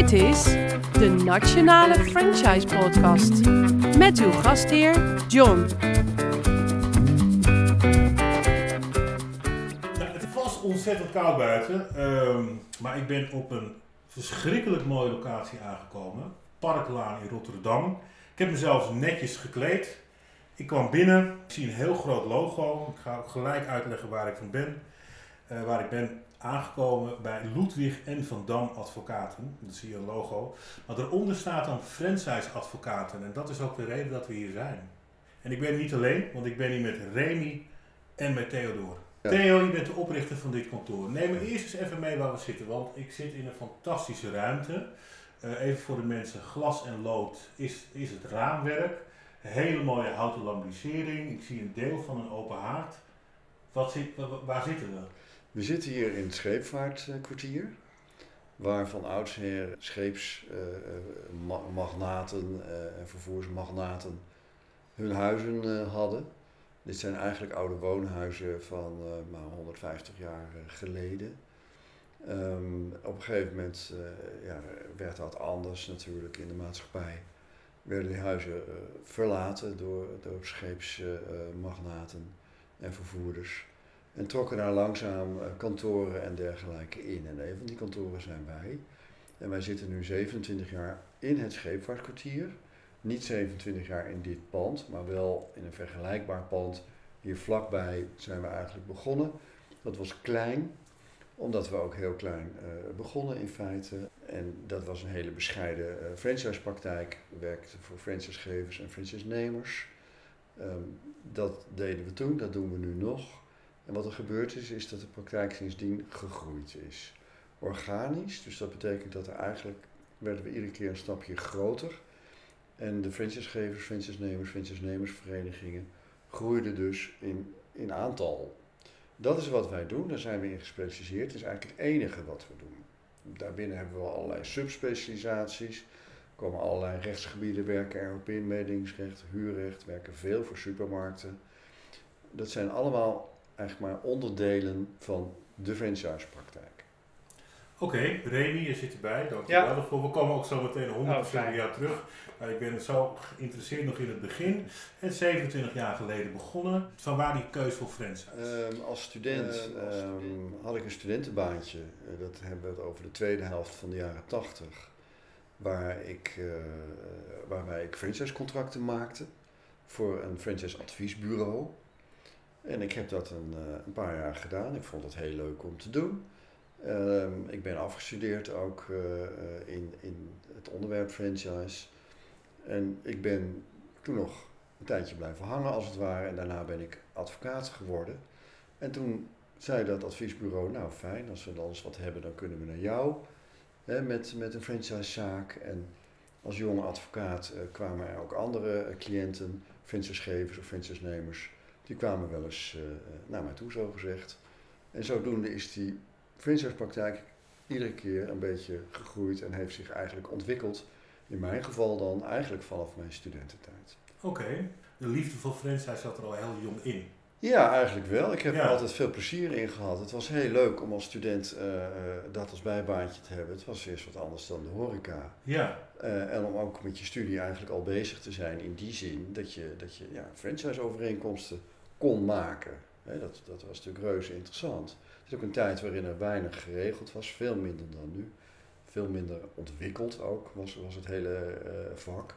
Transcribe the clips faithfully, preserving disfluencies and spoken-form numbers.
Dit is de Nationale Franchise Podcast met uw gastheer John. Nou, het was ontzettend koud buiten, um, maar ik ben op een verschrikkelijk mooie locatie aangekomen. Parklaan in Rotterdam. Ik heb mezelf netjes gekleed. Ik kwam binnen, ik zie een heel groot logo. Ik ga ook gelijk uitleggen waar ik van ben. Uh, waar ik ben aangekomen bij Ludwig en Van Dam Advocaten. Dat zie je een logo. Maar daaronder staat dan Franchise Advocaten. En dat is ook de reden dat we hier zijn. En ik ben niet alleen, want ik ben hier met Remy en met Theodor. Ja. Theo, je bent de oprichter van dit kantoor. Neem me eerst eens even mee waar we zitten, want ik zit in een fantastische ruimte. Uh, even voor de mensen, glas en lood is, is het raamwerk. Een hele mooie houten lambrisering. Ik zie een deel van een open haard. Wat zit, waar zitten we? We zitten hier in het scheepvaartkwartier, waar van oudsher scheepsmagnaten uh, en uh, vervoersmagnaten hun huizen uh, hadden. Dit zijn eigenlijk oude woonhuizen van uh, maar honderdvijftig jaar uh, geleden. Um, op een gegeven moment uh, ja, werd dat anders natuurlijk in de maatschappij. Werden die huizen uh, verlaten door, door scheepsmagnaten uh, en vervoerders. En trokken daar langzaam uh, kantoren en dergelijke in. En een van die kantoren zijn wij. En wij zitten nu zevenentwintig jaar in het scheepvaartkwartier. Niet zevenentwintig jaar in dit pand, maar wel in een vergelijkbaar pand. Hier vlakbij zijn we eigenlijk begonnen. Dat was klein, omdat we ook heel klein uh, begonnen in feite. En dat was een hele bescheiden uh, franchisepraktijk. We werkten voor franchisegevers en franchisenemers. Um, dat deden we toen, dat doen we nu nog. En wat er gebeurd is, is dat de praktijk sindsdien gegroeid is. Organisch, dus dat betekent dat er eigenlijk werden we iedere keer een stapje groter. En de franchisegevers, franchisenemers, franchisenemersverenigingen groeiden dus in, in aantal. Dat is wat wij doen, daar zijn we in gespecialiseerd. Het is eigenlijk het enige wat we doen. Daarbinnen hebben we allerlei subspecialisaties. Er komen allerlei rechtsgebieden, werken erop in, mededingingsrecht, huurrecht, werken veel voor supermarkten. Dat zijn allemaal eigenlijk maar onderdelen van de franchisepraktijk. Oké, okay, Remy, je zit erbij, dankjewel ja. daarvoor. We komen ook zo meteen honderd procent oh, jaar terug. Maar ik ben zo geïnteresseerd nog in het begin. En zevenentwintig jaar geleden begonnen. Van waar die keus voor franchise? Um, als student uh, als um, had ik een studentenbaantje. Uh, dat hebben we het over de tweede helft van de jaren tachtig. Waar ik, uh, waarbij ik franchisecontracten maakte voor een franchise-adviesbureau. En ik heb dat een, uh, een paar jaar gedaan. Ik vond het heel leuk om te doen. Um, ik ben afgestudeerd ook uh, in, in het onderwerp franchise. En ik ben toen nog een tijdje blijven hangen als het ware. En daarna ben ik advocaat geworden. En toen zei dat adviesbureau, nou fijn, als we dan eens wat hebben, dan kunnen we naar jou. Hè, met, met een franchisezaak. En als jonge advocaat uh, kwamen er ook andere uh, cliënten, franchisegevers of franchisenemers. Die kwamen wel eens uh, naar mij toe, zo gezegd. En zodoende is die franchisepraktijk iedere keer een beetje gegroeid en heeft zich eigenlijk ontwikkeld. In mijn geval dan eigenlijk vanaf mijn studententijd. Oké, okay. De liefde voor franchise zat er al heel jong in. Ja, eigenlijk wel. Ik heb ja. er altijd veel plezier in gehad. Het was heel leuk om als student uh, uh, dat als bijbaantje te hebben. Het was eerst wat anders dan de horeca. Ja. Uh, en om ook met je studie eigenlijk al bezig te zijn in die zin dat je, dat je ja, franchise-overeenkomsten kon maken. He, dat, dat was natuurlijk reuze interessant. Het is ook een tijd waarin er weinig geregeld was, veel minder dan nu. Veel minder ontwikkeld ook was, was het hele uh, vak.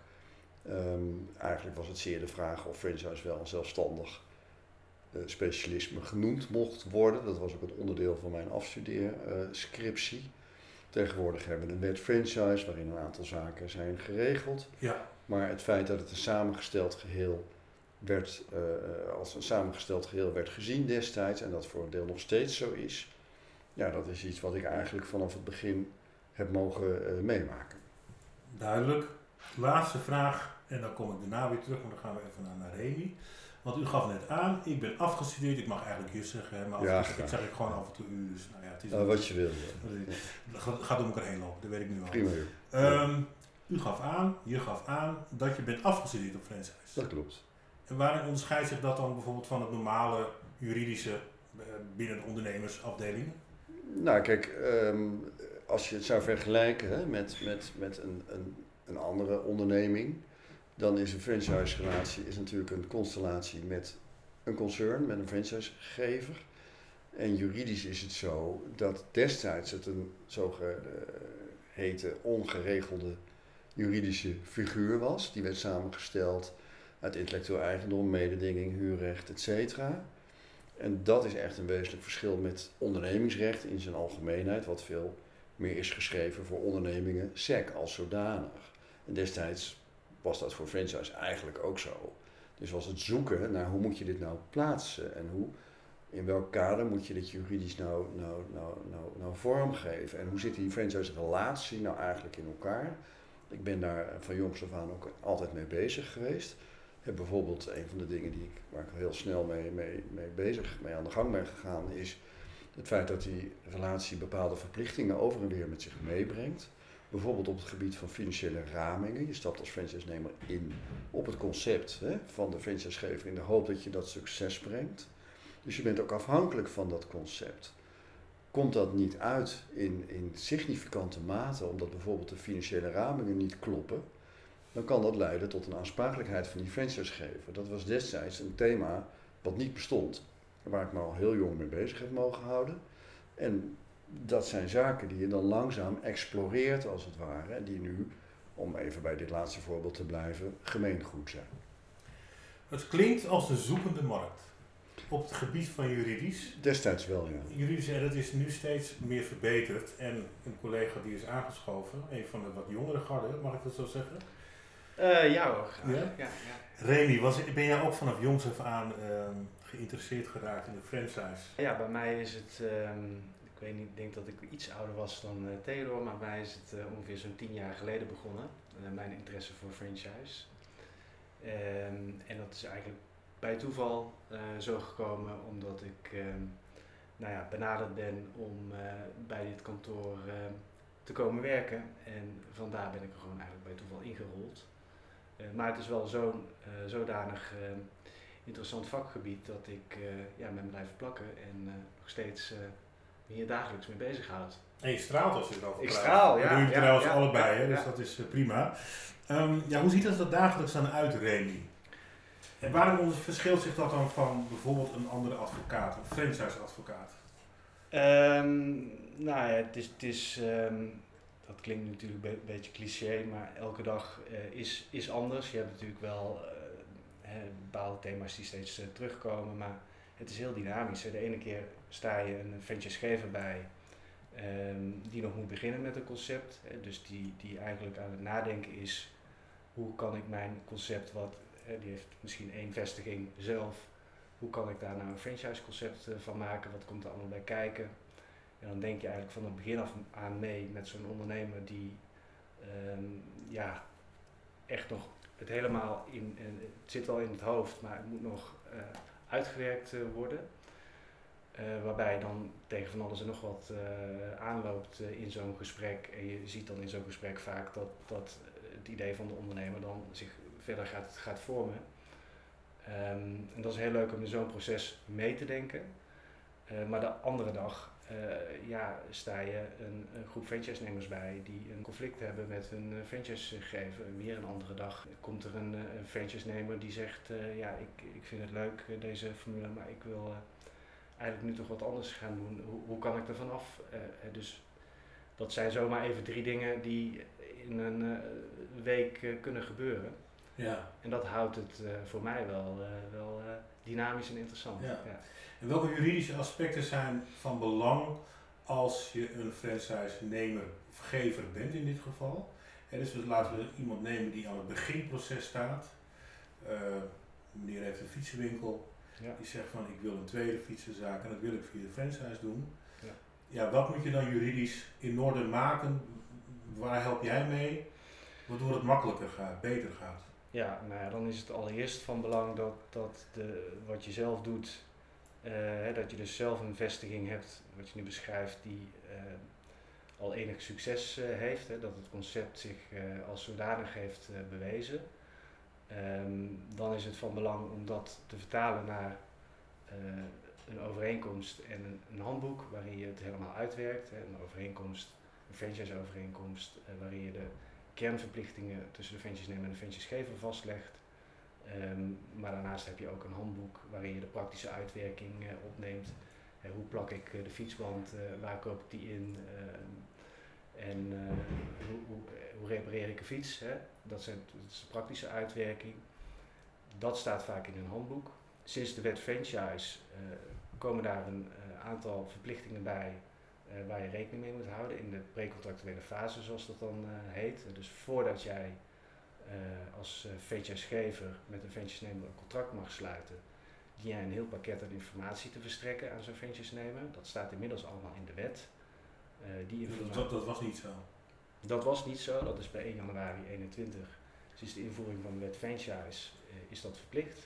Um, eigenlijk was het zeer de vraag of franchise wel een zelfstandig uh, specialisme genoemd mocht worden. Dat was ook het onderdeel van mijn afstudeerscriptie. Uh, Tegenwoordig hebben we een wet franchise waarin een aantal zaken zijn geregeld. Ja. Maar het feit dat het een samengesteld geheel werd, uh, als een samengesteld geheel werd gezien destijds en dat voor een deel nog steeds zo is, ja, dat is iets wat ik eigenlijk vanaf het begin heb mogen uh, meemaken. Duidelijk. Laatste vraag en dan kom ik daarna weer terug, maar dan gaan we even naar, naar Remy. Want u gaf net aan, ik ben afgestudeerd, ik mag eigenlijk je zeggen, maar af en toe ja, zeg ik gewoon af en toe u. Dus, nou ja, het is nou, wat je wil. Ja. Dat gaat, gaat door elkaar heen lopen, dat weet ik nu al. Prima. Um, u gaf aan, je gaf aan dat je bent afgestudeerd op franchise. Dat klopt. En waarin onderscheidt zich dat dan bijvoorbeeld van het normale juridische binnen de ondernemersafdelingen? Nou kijk, um, als je het zou vergelijken hè, met, met, met een, een, een andere onderneming, dan is een franchise-relatie is natuurlijk een constellatie met een concern, met een franchisegever. En juridisch is het zo dat destijds het een zogeheten ongeregelde juridische figuur was. Die werd samengesteld uit intellectueel eigendom, mededinging, huurrecht, et cetera. En dat is echt een wezenlijk verschil met ondernemingsrecht in zijn algemeenheid, wat veel meer is geschreven voor ondernemingen, S E C als zodanig. En destijds was dat voor franchise eigenlijk ook zo. Dus was het zoeken naar hoe moet je dit nou plaatsen en hoe, in welk kader moet je dit juridisch nou, nou, nou, nou, nou vormgeven. En hoe zit die franchise-relatie nou eigenlijk in elkaar? Ik ben daar van jongs af aan ook altijd mee bezig geweest. Ja, bijvoorbeeld een van de dingen die ik, waar ik heel snel mee, mee, mee bezig, mee aan de gang ben gegaan, is het feit dat die relatie bepaalde verplichtingen over en weer met zich meebrengt. Bijvoorbeeld op het gebied van financiële ramingen. Je stapt als franchisenemer in op het concept hè, van de franchisegever in de hoop dat je dat succes brengt. Dus je bent ook afhankelijk van dat concept. Komt dat niet uit in, in significante mate, omdat bijvoorbeeld de financiële ramingen niet kloppen, dan kan dat leiden tot een aansprakelijkheid van die franchisegever. Dat was destijds een thema wat niet bestond, waar ik me al heel jong mee bezig heb mogen houden. En dat zijn zaken die je dan langzaam exploreert als het ware, en die nu, om even bij dit laatste voorbeeld te blijven, gemeengoed zijn. Het klinkt als de zoekende markt. Op het gebied van juridisch. Destijds wel, ja. Juridisch, en dat is nu steeds meer verbeterd. En een collega die is aangeschoven, een van de wat jongere garde, mag ik dat zo zeggen? Uh, ja hoor, graag. Ja? Ja, ja. Remy, was, ben jij ook vanaf jongs af aan uh, geïnteresseerd geraakt in de franchise? Ja, bij mij is het, um, ik weet niet, ik denk dat ik iets ouder was dan uh, Theodor, maar bij mij is het uh, ongeveer zo'n tien jaar geleden begonnen, uh, mijn interesse voor franchise. Um, en dat is eigenlijk bij toeval uh, zo gekomen omdat ik uh, nou ja, benaderd ben om uh, bij dit kantoor uh, te komen werken. En vandaar ben ik er gewoon eigenlijk bij toeval ingerold. Uh, maar het is wel zo'n uh, zodanig uh, interessant vakgebied dat ik uh, ja, ben blijven plakken en uh, nog steeds uh, me hier dagelijks mee bezighoud. En je straalt als je erover praat. Ik straal, ja. Dat doe je ja, trouwens ja, allebei, hè, ja, dus ja. dat is uh, prima. Um, ja, hoe ziet dat er dagelijks dan uit, Remy? En waarom verschilt zich dat dan van bijvoorbeeld een andere advocaat, een franchise-advocaat? Um, nou ja, het is, het is um, dat klinkt natuurlijk een be- beetje cliché, maar elke dag uh, is, is anders. Je hebt natuurlijk wel uh, hè, bepaalde thema's die steeds uh, terugkomen, maar het is heel dynamisch. Hè. De ene keer sta je een franchisegever bij um, die nog moet beginnen met een concept. Hè, dus die, die eigenlijk aan het nadenken is, hoe kan ik mijn concept wat... Die heeft misschien één vestiging zelf. Hoe kan ik daar nou een franchise-concept van maken? Wat komt er allemaal bij kijken? En dan denk je eigenlijk van het begin af aan mee met zo'n ondernemer die um, ja, echt nog het helemaal in, het zit wel in het hoofd, maar het moet nog uh, uitgewerkt uh, worden. Uh, waarbij je dan tegen van alles en nog wat uh, aanloopt uh, in zo'n gesprek. En je ziet dan in zo'n gesprek vaak dat, dat het idee van de ondernemer dan zich verder gaat, gaat vormen. Um, en dat is heel leuk om in zo'n proces mee te denken. Uh, maar de andere dag uh, ja, sta je een, een groep franchise-nemers bij die een conflict hebben met hun uh, franchisegever. Weer een andere dag komt er een, een franchise-nemer die zegt, uh, ja, ik, ik vind het leuk uh, deze formule, maar ik wil uh, eigenlijk nu toch wat anders gaan doen. Hoe, hoe kan ik er vanaf? Uh, dus dat zijn zomaar even drie dingen die in een uh, week uh, kunnen gebeuren. Ja. En dat houdt het uh, voor mij wel, uh, wel uh, dynamisch en interessant. Ja. Ja. En welke juridische aspecten zijn van belang als je een franchise-nemer of gever bent in dit geval? He, dus laten we iemand nemen die aan het beginproces staat. Uh, meneer heeft een fietsenwinkel. Ja. Die zegt van ik wil een tweede fietsenzaak en dat wil ik via de franchise doen. Ja. Ja, wat moet je dan juridisch in orde maken? Waar help jij mee? Waardoor het makkelijker gaat, beter gaat. Ja, nou ja, dan is het allereerst van belang dat, dat de, wat je zelf doet, uh, hè, dat je dus zelf een vestiging hebt, wat je nu beschrijft, die uh, al enig succes uh, heeft, hè, dat het concept zich uh, als zodanig heeft uh, bewezen. Um, dan is het van belang om dat te vertalen naar uh, een overeenkomst en een, een handboek waarin je het helemaal uitwerkt. Hè. Een overeenkomst een franchise-overeenkomst uh, waarin je de kernverplichtingen tussen de franchise-nemer en de franchisegever vastlegt. Um, maar daarnaast heb je ook een handboek waarin je de praktische uitwerking uh, opneemt. Uh, hoe plak ik uh, de fietsband, uh, waar koop ik die in uh, en uh, hoe, hoe, hoe repareer ik een fiets. Hè? Dat, zijn, dat is de praktische uitwerking. Dat staat vaak in een handboek. Sinds de wet franchise uh, komen daar een uh, aantal verplichtingen bij uh, waar je rekening mee moet houden in de precontractuele fase, zoals dat dan uh, heet. Dus voordat jij uh, als uh, franchisegever met een franchisenemer een contract mag sluiten, dien jij een heel pakket aan informatie te verstrekken aan zo'n franchisenemer. Dat staat inmiddels allemaal in de wet. Uh, die informatie, dat, dat was niet zo? Dat was niet zo, dat is bij één januari eenentwintig. Sinds de invoering van de wet franchise uh, is dat verplicht.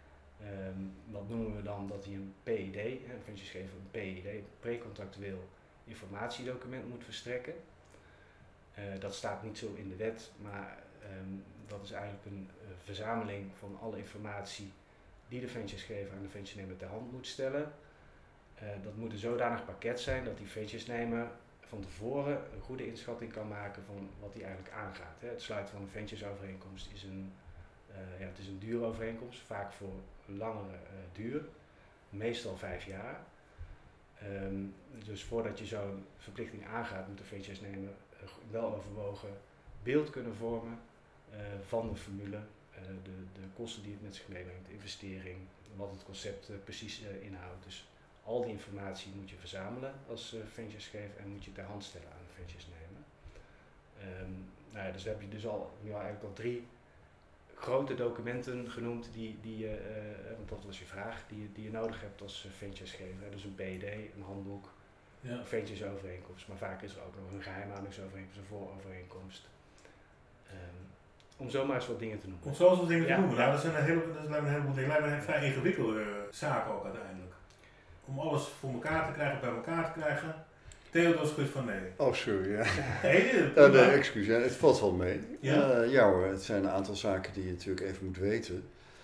Um, wat noemen we dan dat hij een P I D, een franchisegever een P I D, een precontractueel informatiedocument moet verstrekken. Uh, dat staat niet zo in de wet, maar um, dat is eigenlijk een uh, verzameling van alle informatie die de franchisegever aan de franchisenemer ter hand moet stellen. Uh, dat moet een zodanig pakket zijn dat die franchisenemer van tevoren een goede inschatting kan maken van wat hij eigenlijk aangaat. Hè. Het sluiten van een franchise-overeenkomst is een, uh, ja, het is een dure overeenkomst, vaak voor een langere uh, duur, meestal vijf jaar. Um, dus voordat je zo'n verplichting aangaat, moet de franchise-nemer uh, wel overwogen beeld kunnen vormen uh, van de formule, uh, de, de kosten die het met zich meebrengt, de investering, wat het concept uh, precies uh, inhoudt. Dus al die informatie moet je verzamelen als uh, franchisegever en moet je ter hand stellen aan de franchise-nemer. Um, nou ja, dus heb je dus al, nu al eigenlijk al drie grote documenten genoemd die, die je, uh, want dat was je vraag, die, die je nodig hebt als uh, franchisegever. Dus een P I D, een handboek, ja. Een franchise-overeenkomst, maar vaak is er ook nog een geheimhoudingsovereenkomst, een voorovereenkomst. Um, om zomaar eens wat dingen te noemen. Om zo eens wat dingen ja. te noemen, nou, dat zijn een heleboel, dat lijkt me een heleboel dingen, lijkt me een vrij ingewikkelde uh, zaken ook uiteindelijk. Om alles voor elkaar te krijgen, bij elkaar te krijgen. Theodor schudt van nee. Oh, sorry. Ja. Nee, dit, uh, nee excuus. Ja, het valt wel mee. Ja? Uh, ja hoor, het zijn een aantal zaken die je natuurlijk even moet weten.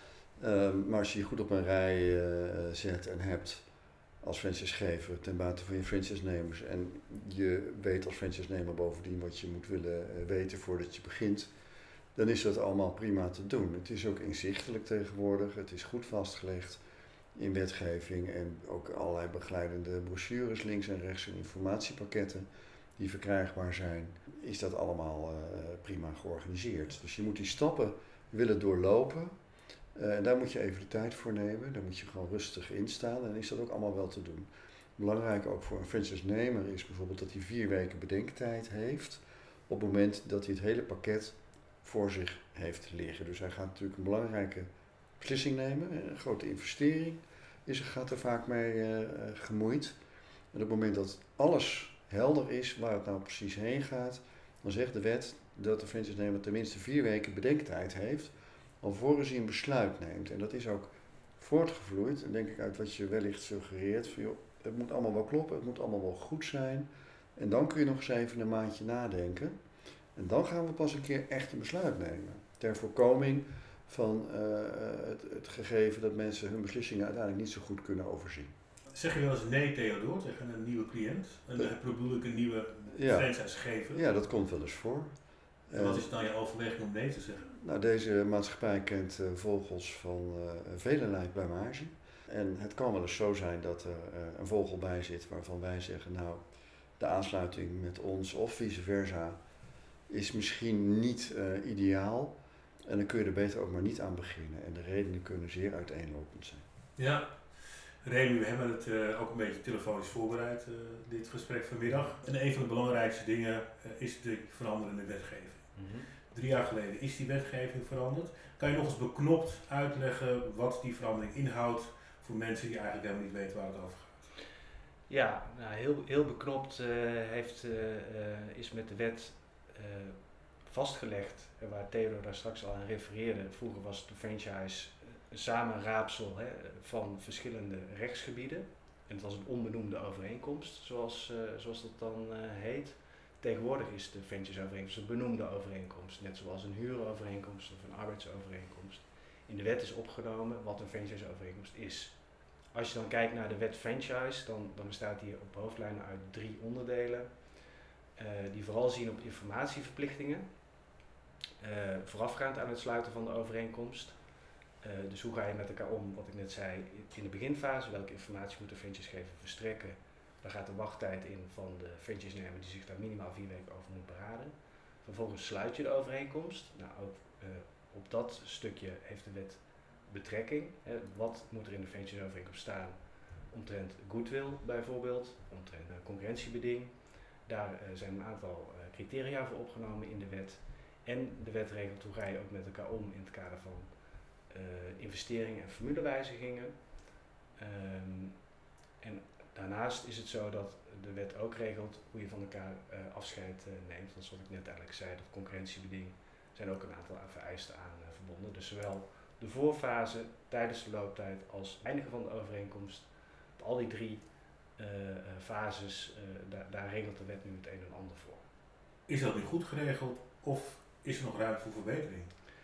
Uh, maar als je je goed op een rij uh, zet en hebt als franchisegever ten bate van je franchisenemers en je weet als franchisenemer bovendien wat je moet willen uh, weten voordat je begint, dan is dat allemaal prima te doen. Het is ook inzichtelijk tegenwoordig, het is goed vastgelegd in wetgeving en ook allerlei begeleidende brochures links en rechts en informatiepakketten die verkrijgbaar zijn, is dat allemaal uh, prima georganiseerd. Dus je moet die stappen willen doorlopen uh, en daar moet je even de tijd voor nemen, daar moet je gewoon rustig in staan en is dat ook allemaal wel te doen. Belangrijk ook voor een franchise-nemer is bijvoorbeeld dat hij vier weken bedenktijd heeft op het moment dat hij het hele pakket voor zich heeft liggen. Dus hij gaat natuurlijk een belangrijke beslissing nemen, een grote investering is, gaat er vaak mee uh, gemoeid. En op het moment dat alles helder is waar het nou precies heen gaat, dan zegt de wet dat de franchise-nemer tenminste vier weken bedenktijd heeft alvorens hij een besluit neemt. En dat is ook voortgevloeid, denk ik, uit wat je wellicht suggereert. Van, joh, het moet allemaal wel kloppen, het moet allemaal wel goed zijn. En dan kun je nog eens even een maandje nadenken. En dan gaan we pas een keer echt een besluit nemen. Ter voorkoming van uh, het, het gegeven dat mensen hun beslissingen uiteindelijk niet zo goed kunnen overzien. Zeg je wel eens nee, Theodor, tegen een nieuwe cliënt? En dan bedoel ik een nieuwe ja. franchisegever? Ja, dat komt wel eens voor. En wat is dan je overweging om nee te zeggen? Nou, deze maatschappij kent uh, vogels van uh, velelei pluimage. En het kan wel eens zo zijn dat er uh, een vogel bij zit waarvan wij zeggen, nou, de aansluiting met ons of vice versa is misschien niet uh, ideaal. En dan kun je er beter ook maar niet aan beginnen. En de redenen kunnen zeer uiteenlopend zijn. Ja, Remy, we hebben het uh, ook een beetje telefonisch voorbereid, uh, dit gesprek vanmiddag. En een van de belangrijkste dingen uh, is de veranderende wetgeving. Mm-hmm. Drie jaar geleden is die wetgeving veranderd. Kan je nog eens beknopt uitleggen wat die verandering inhoudt voor mensen die eigenlijk helemaal niet weten waar het over gaat? Ja, nou, heel, heel beknopt uh, heeft, uh, uh, is met de wet uh, vastgelegd, uh, waar Theodor daar straks al aan refereerde. Vroeger was de franchise een samenraapsel hè, van verschillende rechtsgebieden. En het was een onbenoemde overeenkomst, zoals, uh, zoals dat dan uh, heet. Tegenwoordig is de franchise-overeenkomst een benoemde overeenkomst, net zoals een huurovereenkomst of een arbeidsovereenkomst. In de wet is opgenomen wat een franchise-overeenkomst is. Als je dan kijkt naar de wet franchise, dan, dan bestaat die op hoofdlijnen uit drie onderdelen. uh, die vooral zien op informatieverplichtingen, uh, voorafgaand aan het sluiten van de overeenkomst. Uh, dus hoe ga je met elkaar om, wat ik net zei, in de beginfase, welke informatie moet de franchisegever verstrekken. Daar gaat de wachttijd in van de franchise-nemer die zich daar minimaal vier weken over moet beraden. Vervolgens sluit je de overeenkomst. Nou, ook uh, op dat stukje heeft de wet betrekking. Hè. Wat moet er in de franchise-overeenkomst staan? Omtrent goodwill bijvoorbeeld, omtrent uh, concurrentiebeding. Daar uh, zijn een aantal uh, criteria voor opgenomen in de wet. En de wet regelt hoe ga je ook met elkaar om in het kader van uh, investeringen en formulewijzigingen. Um, en daarnaast is het zo dat de wet ook regelt hoe je van elkaar uh, afscheid uh, neemt. Dat is wat ik net eigenlijk zei, dat concurrentiebeding zijn ook een aantal vereisten aan uh, verbonden. Dus zowel de voorfase, tijdens de looptijd als het eindigen van de overeenkomst. Op al die drie uh, uh, fases, uh, da- daar regelt de wet nu het een en ander voor. Is dat nu goed geregeld of is er nog ruimte voor verbetering?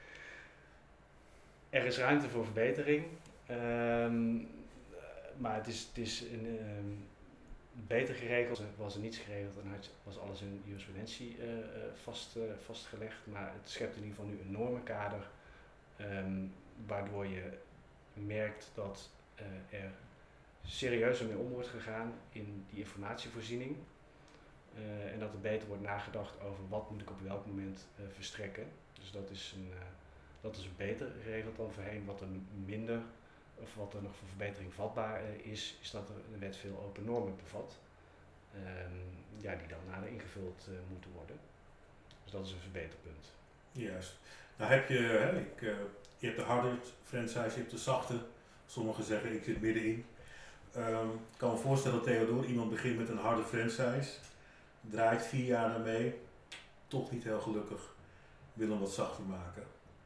Er is ruimte voor verbetering, um, maar het is, het is een, um, beter geregeld. Was er niets geregeld en was alles in jurisprudentie uh, vast, uh, vastgelegd. Maar het schept in ieder geval nu een normenkader, um, waardoor je merkt dat uh, er serieuzer mee om wordt gegaan in die informatievoorziening. Uh, en dat er beter wordt nagedacht over wat moet ik op welk moment uh, verstrekken. Dus dat is, een, uh, dat is beter geregeld dan voorheen. Wat er minder, of wat er nog voor verbetering vatbaar uh, is, is dat er de wet veel open normen bevat. Um, ja, die dan nader ingevuld uh, moeten worden. Dus dat is een verbeterpunt. Juist. Nou heb je, hè, ik, uh, je hebt de harde franchise, je hebt de zachte. Sommigen zeggen ik zit middenin. Um, ik kan me voorstellen, Theodor, iemand begint met een harde franchise, draait vier jaar daarmee, toch niet heel gelukkig, wil hem wat zachter maken.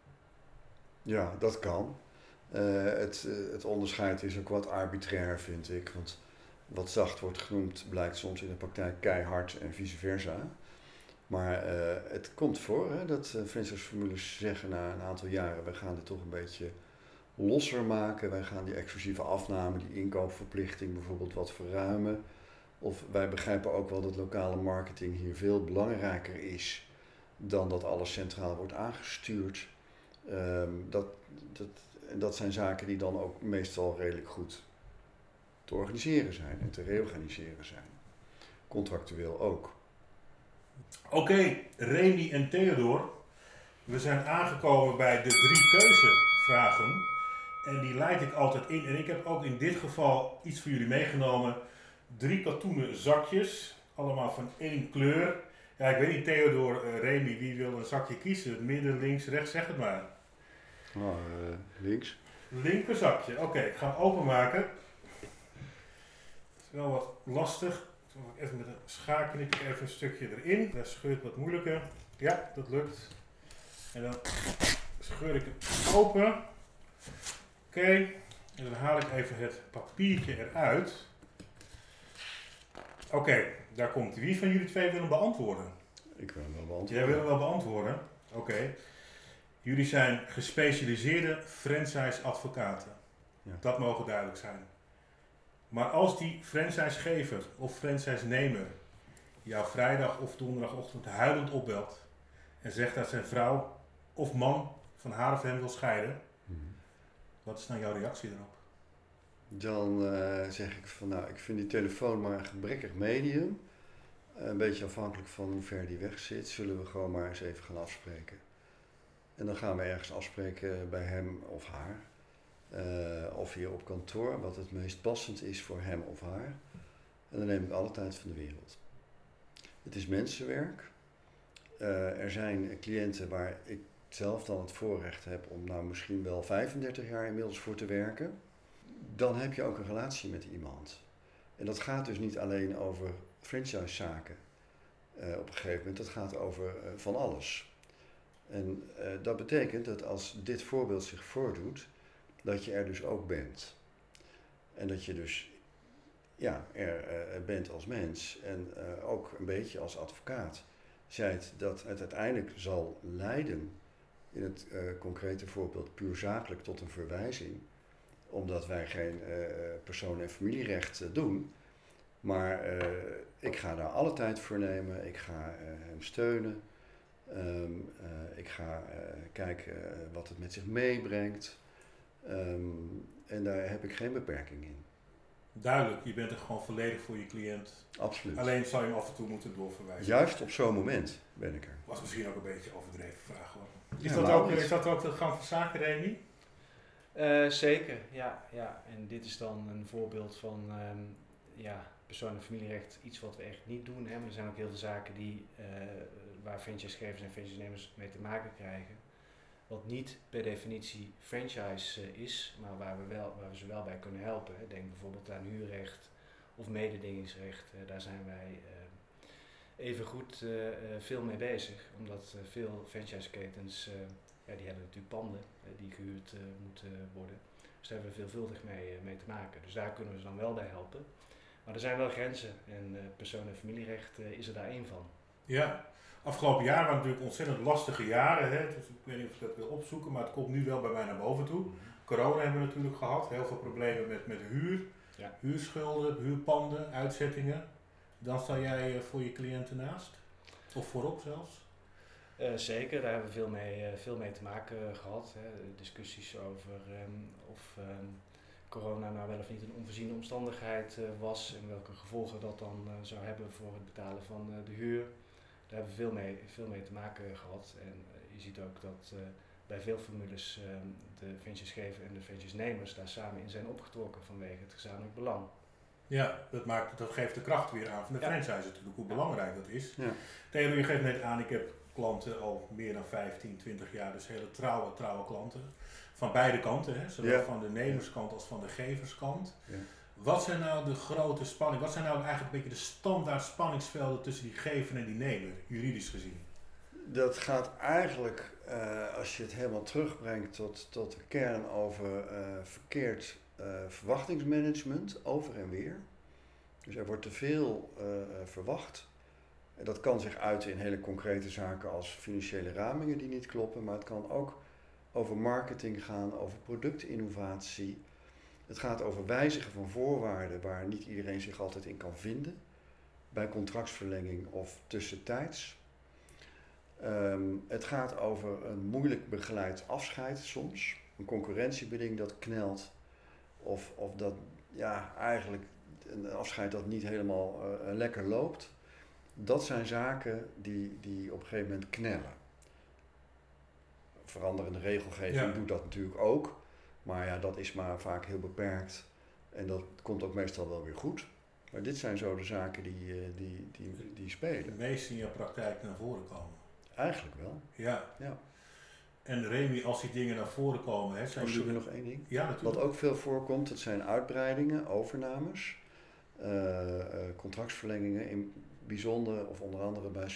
Ja, dat kan. Uh, het, uh, het onderscheid is ook wat arbitrair, vind ik. Want wat zacht wordt genoemd blijkt soms in de praktijk keihard en vice versa. Maar uh, het komt voor hè, dat uh, franchiseformules zeggen na een aantal jaren, we gaan dit toch een beetje losser maken. Wij gaan die exclusieve afname, die inkoopverplichting bijvoorbeeld wat verruimen. Of wij begrijpen ook wel dat lokale marketing hier veel belangrijker is dan dat alles centraal wordt aangestuurd. Um, dat, dat, dat zijn zaken die dan ook meestal redelijk goed te organiseren zijn en te reorganiseren zijn. Contractueel ook. Oké, okay, Remy en Theodor, we zijn aangekomen bij de drie keuzevragen. En die leid ik altijd in. En ik heb ook in dit geval iets voor jullie meegenomen. Drie katoenen zakjes, allemaal van één kleur. Ja, ik weet niet, Theodor, uh, Remy, wie wil een zakje kiezen? Midden, links, rechts, zeg het maar. Oh, uh, links. Linker zakje, oké, okay, ik ga hem openmaken. Het is wel wat lastig. Even met een schaar knip ik even een stukje erin. Dat scheurt wat moeilijker. Ja, dat lukt. En dan scheur ik het open. Oké, okay. En dan haal ik even het papiertje eruit. Oké, okay, daar komt hij. Wie van jullie twee wil hem beantwoorden? Ik wil hem wel beantwoorden. Jij wil hem wel beantwoorden? Oké. Okay. Jullie zijn gespecialiseerde franchise-advocaten. Ja. Dat mogen duidelijk zijn. Maar als die franchisegever of franchise-nemer jou vrijdag of donderdagochtend huilend opbelt en zegt dat zijn vrouw of man van haar of hem wil scheiden, mm-hmm. Wat is nou jouw reactie daarop? Dan uh, zeg ik van nou, ik vind die telefoon maar een gebrekkig medium. Uh, een beetje afhankelijk van hoe ver die weg zit, zullen we gewoon maar eens even gaan afspreken. En dan gaan we ergens afspreken bij hem of haar. Uh, of hier op kantoor, wat het meest passend is voor hem of haar. En dan neem ik alle tijd van de wereld. Het is mensenwerk. Uh, er zijn cliënten waar ik zelf dan het voorrecht heb om nou misschien wel vijfendertig jaar inmiddels voor te werken. Dan heb je ook een relatie met iemand. En dat gaat dus niet alleen over franchisezaken uh, op een gegeven moment. Dat gaat over uh, van alles. En uh, dat betekent dat als dit voorbeeld zich voordoet, dat je er dus ook bent. En dat je dus ja, er uh, bent als mens en uh, ook een beetje als advocaat. Zijt dat het uiteindelijk zal leiden, in het uh, concrete voorbeeld puur zakelijk, tot een verwijzing. Omdat wij geen uh, persoon- en familierecht uh, doen. Maar uh, ik ga daar alle tijd voor nemen. Ik ga uh, hem steunen. Um, uh, ik ga uh, kijken uh, wat het met zich meebrengt. Um, en daar heb ik geen beperking in. Duidelijk, je bent er gewoon volledig voor je cliënt. Absoluut. Alleen zou je hem af en toe moeten doorverwijzen. Juist op zo'n moment ben ik er. Was misschien ook een beetje een overdreven vraag hoor. Is, Ja, dat, maar ook, niet. is dat ook de gang van zaken, Remy? Uh, zeker, ja, ja. En dit is dan een voorbeeld van um, ja, persoon- en familierecht, iets wat we echt niet doen. Hè. Maar er zijn ook heel veel zaken die, uh, waar franchisegevers en franchisenemers mee te maken krijgen. Wat niet per definitie franchise uh, is, maar waar we, wel, waar we ze wel bij kunnen helpen. Hè. Denk bijvoorbeeld aan huurrecht of mededingingsrecht. Uh, daar zijn wij uh, even goed uh, uh, veel mee bezig. Omdat uh, veel franchiseketens, uh, ja, die hebben natuurlijk panden uh, die gehuurd uh, moeten worden. Dus daar hebben we veelvuldig mee, uh, mee te maken. Dus daar kunnen we ze dan wel bij helpen. Maar er zijn wel grenzen en uh, persoon- en familierecht uh, is er daar één van. Ja, afgelopen jaren waren natuurlijk ontzettend lastige jaren. Hè? Dus ik weet niet of ik dat wil opzoeken, maar het komt nu wel bij mij naar boven toe. Corona hebben we natuurlijk gehad, heel veel problemen met, met huur, Ja. huurschulden, huurpanden, uitzettingen. Dan sta jij uh, voor je cliënten naast? Of voorop zelfs? Uh, zeker, daar hebben we veel mee, uh, veel mee te maken uh, gehad. Hè. Discussies over um, of um, corona nou wel of niet een onvoorziene omstandigheid uh, was en welke gevolgen dat dan uh, zou hebben voor het betalen van uh, de huur. Daar hebben we veel mee, veel mee te maken gehad. En uh, je ziet ook dat uh, bij veel formules uh, de franchisegever en de franchisenemers daar samen in zijn opgetrokken vanwege het gezamenlijk belang. Ja, dat, maakt, dat geeft de kracht weer aan van de Ja. franchise natuurlijk, hoe belangrijk dat is. Ja. Theo, je geeft net aan, ik heb klanten al meer dan vijftien, twintig jaar, dus hele trouwe, trouwe klanten. Van beide kanten, hè? Zowel Ja. van de nemerskant als van de geverskant. Ja. Wat zijn nou de grote spanningen, wat zijn nou eigenlijk een beetje de standaard spanningsvelden tussen die gever en die nemer, juridisch gezien? Dat gaat eigenlijk, uh, als je het helemaal terugbrengt tot, tot de kern over uh, verkeerd uh, verwachtingsmanagement, over en weer. Dus er wordt te veel uh, verwacht. En dat kan zich uiten in hele concrete zaken als financiële ramingen die niet kloppen, maar het kan ook over marketing gaan, over productinnovatie. Het gaat over wijzigen van voorwaarden waar niet iedereen zich altijd in kan vinden, bij contractsverlenging of tussentijds. Um, het gaat over een moeilijk begeleid afscheid soms, een concurrentiebeding dat knelt, of, of dat ja, eigenlijk een afscheid dat niet helemaal uh, lekker loopt. Dat zijn zaken die, die op een gegeven moment knellen. Veranderende regelgeving Ja. doet dat natuurlijk ook, maar ja, dat is maar vaak heel beperkt en dat komt ook meestal wel weer goed. Maar dit zijn zo de zaken die, uh, die, die, die spelen. De meeste in je praktijk naar voren komen. Eigenlijk wel. Ja. Ja. En Remy, als die dingen naar voren komen, hè, zijn Of jullie... zullen we nog één ding? Ja, natuurlijk. Wat ook veel voorkomt, dat zijn uitbreidingen, overnames, uh, uh, contractsverlengingen, in bijzonder of onder andere bij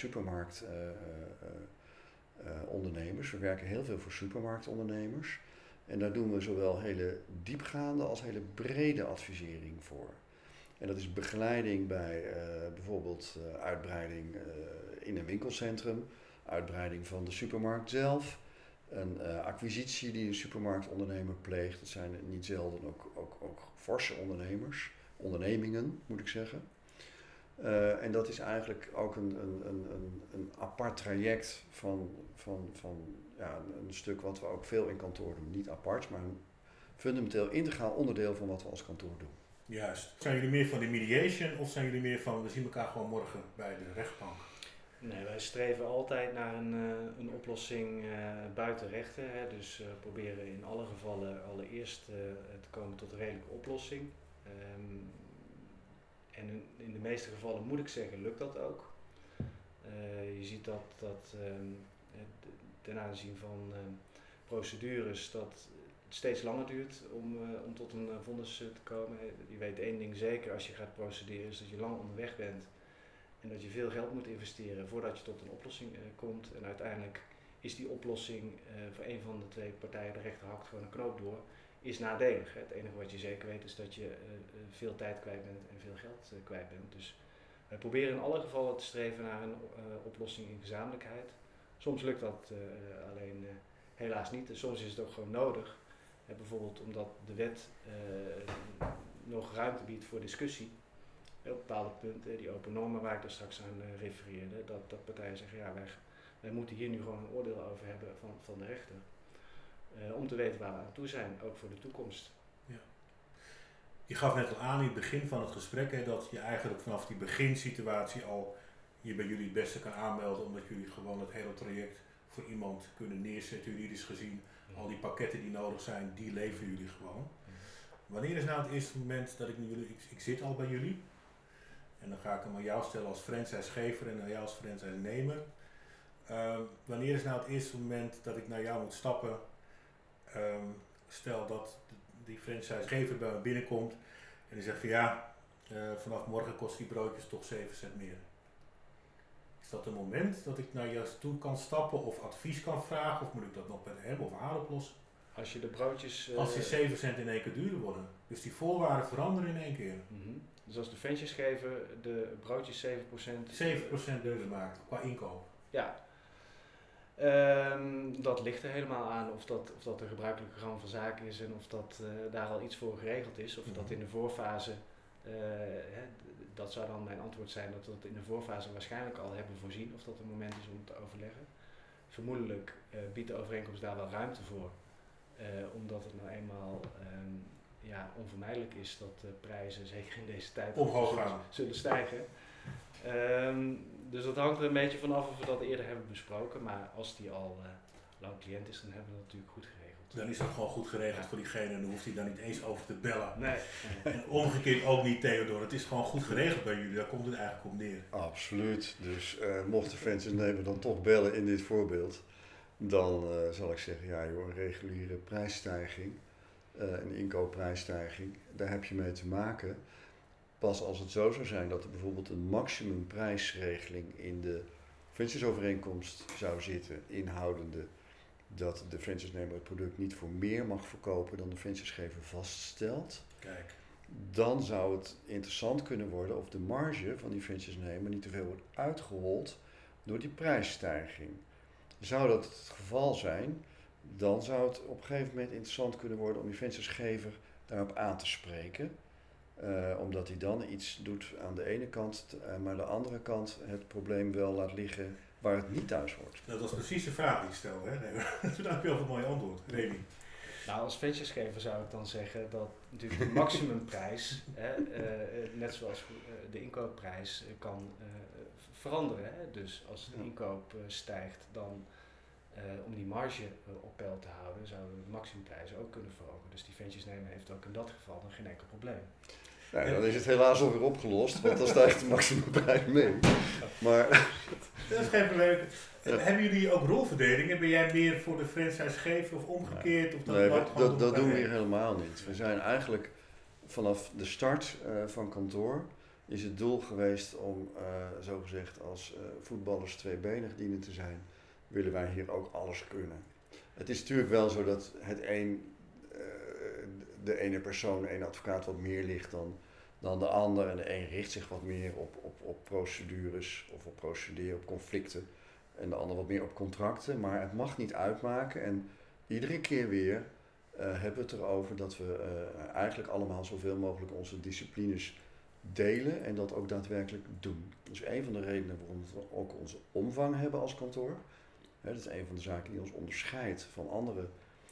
supermarktondernemers. Uh, uh, uh, we werken heel veel voor supermarktondernemers en daar doen we zowel hele diepgaande als hele brede advisering voor. En dat is begeleiding bij uh, bijvoorbeeld uh, uitbreiding uh, in een winkelcentrum, uitbreiding van de supermarkt zelf, een uh, acquisitie die een supermarktondernemer pleegt. Dat zijn niet zelden ook, ook, ook forse ondernemers, ondernemingen moet ik zeggen. Uh, en dat is eigenlijk ook een, een, een, een, een apart traject van, van, van ja, een, een stuk wat we ook veel in kantoor doen. Niet apart, maar een fundamenteel integraal onderdeel van wat we als kantoor doen. Juist. Zijn jullie meer van de mediation of zijn jullie meer van we zien elkaar gewoon morgen bij de rechtbank? Nee, wij streven altijd naar een, uh, een oplossing uh, buiten rechten. Hè. Dus we uh, proberen in alle gevallen allereerst uh, te komen tot een redelijke oplossing. Um, en in, in de meeste gevallen moet ik zeggen, lukt dat ook. Uh, je ziet dat, dat um, ten aanzien van uh, procedures dat het steeds langer duurt om, uh, om tot een uh, vonnis uh, te komen. Je weet één ding zeker als je gaat procederen, is dat je lang onderweg bent. En dat je veel geld moet investeren voordat je tot een oplossing uh, komt. En uiteindelijk is die oplossing uh, voor een van de twee partijen, de rechter hakt gewoon een knoop door, is nadelig. Hè. Het enige wat je zeker weet is dat je uh, veel tijd kwijt bent en veel geld uh, kwijt bent. Dus wij proberen in alle gevallen te streven naar een uh, oplossing in gezamenlijkheid. Soms lukt dat uh, alleen uh, helaas niet. En soms is het ook gewoon nodig. Uh, bijvoorbeeld omdat de wet uh, nog ruimte biedt voor discussie. Uh, op bepaalde punten, die open normen waar ik daar straks aan uh, refereerde, dat, dat partijen zeggen, ja, wij, wij moeten hier nu gewoon een oordeel over hebben van, van de rechter. Uh, om te weten waar we aan toe zijn, ook voor de toekomst. Ja. Je gaf net al aan in het begin van het gesprek hè, dat je eigenlijk vanaf die beginsituatie al je bij jullie het beste kan aanmelden, omdat jullie gewoon het hele traject voor iemand kunnen neerzetten, juridisch gezien. Al die pakketten die nodig zijn, die leveren jullie gewoon. Wanneer is nou het eerste moment dat ik nu jullie, ik, ik zit al bij jullie, en dan ga ik hem aan jou stellen als franchisegever en aan jou als franchise-nemer. Uh, wanneer is nou het eerste moment dat ik naar jou moet stappen? Um, stel dat die franchisegever bij me binnenkomt en die zegt van ja, uh, vanaf morgen kost die broodjes toch zeven cent meer. Is dat een moment dat ik naar jou toe kan stappen of advies kan vragen of moet ik dat nog met hem of haar oplossen? Als je de broodjes... Uh, Als die zeven cent in één keer duurder worden. Dus die voorwaarden veranderen in één keer. Mm-hmm. Dus als de franchisegever de broodjes zeven procent... zeven procent duurder maakt qua inkoop. Ja. Um, dat ligt er helemaal aan of dat, of dat de gebruikelijke gang van zaken is en of dat uh, daar al iets voor geregeld is. Of mm-hmm. dat in de voorfase, uh, hè, d- dat zou dan mijn antwoord zijn, dat we dat in de voorfase waarschijnlijk al hebben voorzien. Of dat het moment is om te overleggen. Vermoedelijk uh, biedt de overeenkomst daar wel ruimte voor. Uh, omdat het nou eenmaal um, ja, onvermijdelijk is dat de prijzen, zeker in deze tijd, omhoog zullen, gaan. zullen stijgen. Um, dus dat hangt er een beetje vanaf of we dat eerder hebben besproken. Maar als die al uh, lang cliënt is, dan hebben we dat natuurlijk goed geregeld. Dan is dat gewoon goed geregeld ja. voor diegene en dan hoeft hij daar niet eens over te bellen. Nee. nee. En omgekeerd ook niet, Theodor. Het is gewoon goed geregeld bij jullie, daar komt het eigenlijk op neer. Absoluut. Dus uh, mocht de franchise-nemer dan toch bellen in dit voorbeeld, dan uh, zal ik zeggen, ja joh, een reguliere prijsstijging, uh, een inkoopprijsstijging, daar heb je mee te maken. Pas als het zo zou zijn dat er bijvoorbeeld een maximumprijsregeling in de franchise-overeenkomst zou zitten, inhoudende dat de franchise-nemer het product niet voor meer mag verkopen dan de franchisegever vaststelt. Kijk. Dan zou het interessant kunnen worden of de marge van die franchise-nemer niet te veel wordt uitgehold door die prijsstijging. Zou dat het geval zijn, dan zou het op een gegeven moment interessant kunnen worden om die franchisegever daarop aan te spreken. Uh, omdat hij dan iets doet aan de ene kant, uh, maar aan de andere kant het probleem wel laat liggen waar het niet thuis hoort. Dat was precies de vraag die ik stelde. Hè? Nee, dat is wel een mooi antwoord. Remy. Nou, als franchisegever zou ik dan zeggen dat natuurlijk de maximumprijs, hè, uh, net zoals uh, de inkoopprijs, uh, kan uh, veranderen. Hè? Dus als de inkoop uh, stijgt, dan uh, om die marge uh, op peil te houden, zouden we de maximumprijzen ook kunnen verhogen. Dus die franchise-nemer heeft ook in dat geval dan geen enkel probleem. Nou, dan is het helaas alweer opgelost, want dan stijgt de maximumprijs mee. Maar dat is geen probleem. Ja. Hebben jullie ook rolverdelingen? Ben jij meer voor de franchisegever of omgekeerd? Of dat nee, dat, dat, dat doen we hier helemaal niet. We zijn eigenlijk vanaf de start uh, van kantoor is het doel geweest om uh, zogezegd als uh, voetballers tweebenig dienen te zijn. Willen wij hier ook alles kunnen. Het is natuurlijk wel zo dat het een, uh, de ene persoon, de ene advocaat wat meer ligt dan, dan de ander. En de een richt zich wat meer op, op, op procedures of op procederen, op conflicten. En de ander wat meer op contracten. Maar het mag niet uitmaken. En iedere keer weer uh, hebben we het erover dat we uh, eigenlijk allemaal zoveel mogelijk onze disciplines delen. En dat ook daadwerkelijk doen. Dat is een van de redenen waarom we ook onze omvang hebben als kantoor. He, dat is een van de zaken die ons onderscheidt van andere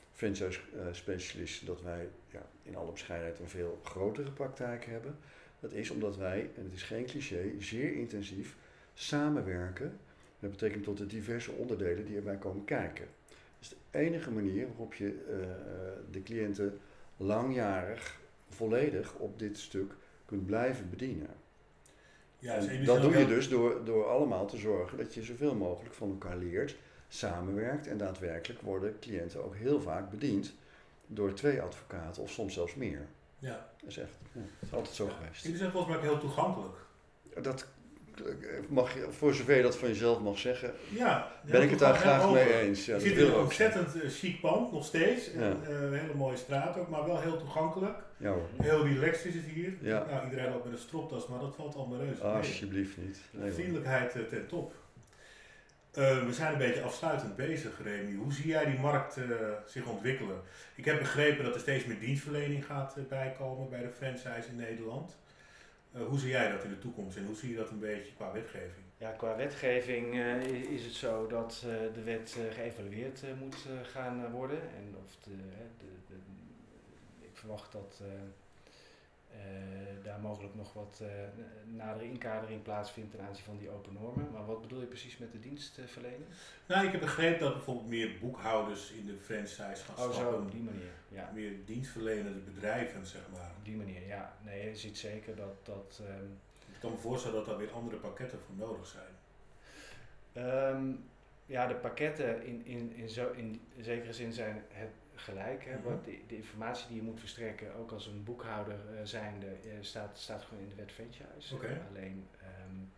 franchise-specialisten. Dat wij ja, in alle bescheidenheid een veel grotere praktijk hebben. Dat is omdat wij, en het is geen cliché, zeer intensief samenwerken. Dat betekent tot de diverse onderdelen die erbij komen kijken. Dat is de enige manier waarop je uh, de cliënten langjarig volledig op dit stuk kunt blijven bedienen. Ja, en dat doe je dus door, door allemaal te zorgen dat je zoveel mogelijk van elkaar leert, samenwerkt en daadwerkelijk worden cliënten ook heel vaak bediend door twee advocaten of soms zelfs meer. Ja. Dat is echt ja, dat is altijd zo ja. geweest. Jullie zijn volgens mij ook heel toegankelijk. Dat mag je, voor zover je dat van jezelf mag zeggen, ja, ben ik het daar graag mee eens. Ja, je zit in een ontzettend uh, chic pand, nog steeds. Ja. En, uh, een hele mooie straat ook, maar wel heel toegankelijk. Ja, hoor. Heel relaxed is het hier. Ja. Nou, iedereen loopt met een stropdas, maar dat valt allemaal reuze. Ah, alsjeblieft niet. Nee, vriendelijkheid uh, ten top. Uh, we zijn een beetje afsluitend bezig, Remy. Hoe zie jij die markt uh, zich ontwikkelen? Ik heb begrepen dat er steeds meer dienstverlening gaat uh, bijkomen bij de franchise in Nederland. Uh, hoe zie jij dat in de toekomst en hoe zie je dat een beetje qua wetgeving? Ja, qua wetgeving uh, is het zo dat uh, de wet uh, geëvalueerd uh, moet uh, gaan uh, worden. En of de, de, de, de, ik verwacht dat uh, uh, daar mogelijk nog wat uh, nadere inkadering plaatsvindt ten aanzien van die open normen. Maar wat bedoel je precies met de dienstverlening? Nou, ik heb begrepen dat bijvoorbeeld meer boekhouders in de franchise gaan oh, stappen. Zo, op die manier, ja. Meer dienstverlenende bedrijven, zeg maar. Op die manier, ja. Nee, je ziet zeker dat... dat um, ik kan me voorstellen dat daar weer andere pakketten voor nodig zijn. Um, ja, de pakketten in, in, in, zo, in zekere zin zijn het gelijk. Hè, Mm-hmm. de, de informatie die je moet verstrekken, ook als een boekhouder uh, zijnde, uh, staat, staat gewoon in de wet franchise. Okay. Alleen um,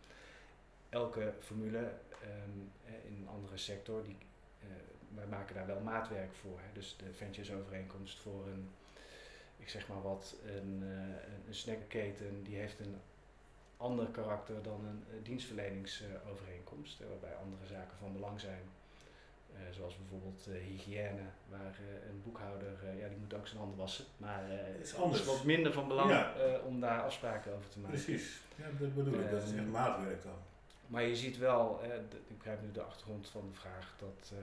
elke formule um, in een andere sector, die, uh, wij maken daar wel maatwerk voor. Hè. Dus de franchise-overeenkomst voor een, ik zeg maar wat, een, uh, een snackketen, die heeft een ander karakter dan een uh, dienstverleningsovereenkomst, uh, waarbij andere zaken van belang zijn. Uh, zoals bijvoorbeeld uh, hygiëne, waar uh, een boekhouder, uh, ja die moet ook zijn handen wassen, maar uh, is anders. is wat minder van belang ja. uh, om daar afspraken over te maken. Precies, ja, dat bedoel ik, um, dat is echt maatwerk dan. Maar je ziet wel, uh, de, ik begrijp nu de achtergrond van de vraag, dat uh,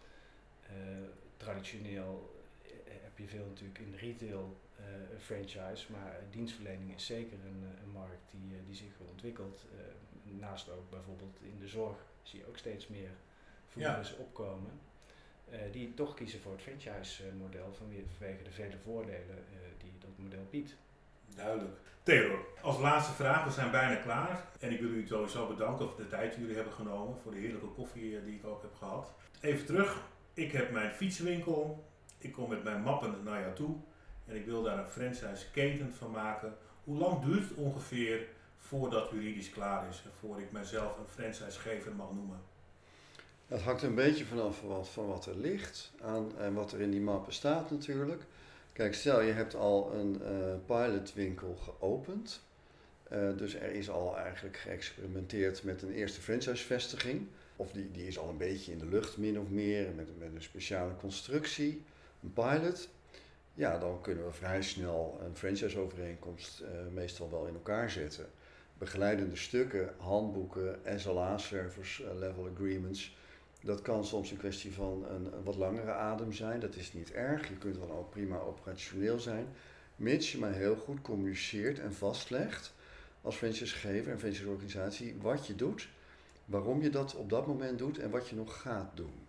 uh, traditioneel uh, heb je veel natuurlijk in de retail uh, franchise, maar uh, dienstverlening is zeker een, een markt die, uh, die zich ontwikkelt. Uh, naast ook bijvoorbeeld in de zorg zie je ook steeds meer formules ja. opkomen uh, die toch kiezen voor het franchise model vanwege de vele voordelen uh, die dat model biedt. Duidelijk. Theodor, als laatste vraag, we zijn bijna klaar. En ik wil u sowieso bedanken voor de tijd die jullie hebben genomen, voor de heerlijke koffie die ik ook heb gehad. Even terug, ik heb mijn fietsenwinkel, ik kom met mijn mappen naar jou toe en ik wil daar een franchise keten van maken. Hoe lang duurt het ongeveer voordat juridisch klaar is en voor ik mijzelf een franchisegever mag noemen? Dat hangt een beetje vanaf wat, van wat er ligt aan, en wat er in die mappen staat natuurlijk. Kijk, stel je hebt al een uh, pilotwinkel geopend. Uh, dus er is al eigenlijk geëxperimenteerd met een eerste franchisevestiging. Of die, die is al een beetje in de lucht, min of meer, met, met een speciale constructie, een pilot. Ja, dan kunnen we vrij snel een franchiseovereenkomst uh, meestal wel in elkaar zetten. Begeleidende stukken, handboeken, S L A, Service uh, Level Agreements. Dat kan soms een kwestie van een, een wat langere adem zijn, dat is niet erg. Je kunt dan ook prima operationeel zijn, mits je maar heel goed communiceert en vastlegt als franchisegever en franchiseorganisatie wat je doet, waarom je dat op dat moment doet en wat je nog gaat doen.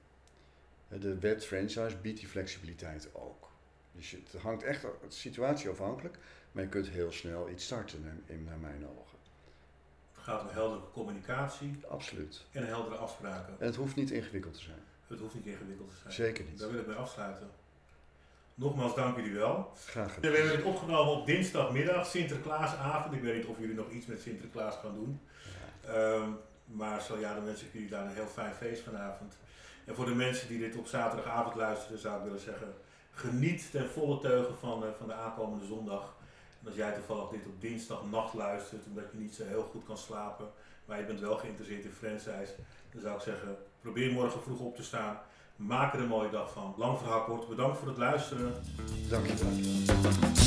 De wet franchise biedt die flexibiliteit ook. Dus het hangt echt situatieafhankelijk, maar je kunt heel snel iets starten naar mijn ogen. Het gaat om heldere communicatie. Absoluut. En heldere afspraken. En het hoeft niet ingewikkeld te zijn. Het hoeft niet ingewikkeld te zijn. Zeker niet. Daar wil ik mee afsluiten. Nogmaals, dank jullie wel. Graag gedaan. We hebben dit opgenomen op dinsdagmiddag, Sinterklaasavond. Ik weet niet of jullie nog iets met Sinterklaas gaan doen. Ja. Um, maar zo ja, dan wens ik jullie daar een heel fijn feest vanavond. En voor de mensen die dit op zaterdagavond luisteren, zou ik willen zeggen, geniet ten volle teugen van, uh, van de aankomende zondag. En als jij toevallig dit op dinsdagnacht luistert, omdat je niet zo heel goed kan slapen, maar je bent wel geïnteresseerd in franchise, dan zou ik zeggen, probeer morgen vroeg op te staan. Maak er een mooie dag van. Lang verhaal kort. Bedankt voor het luisteren. Dank je wel.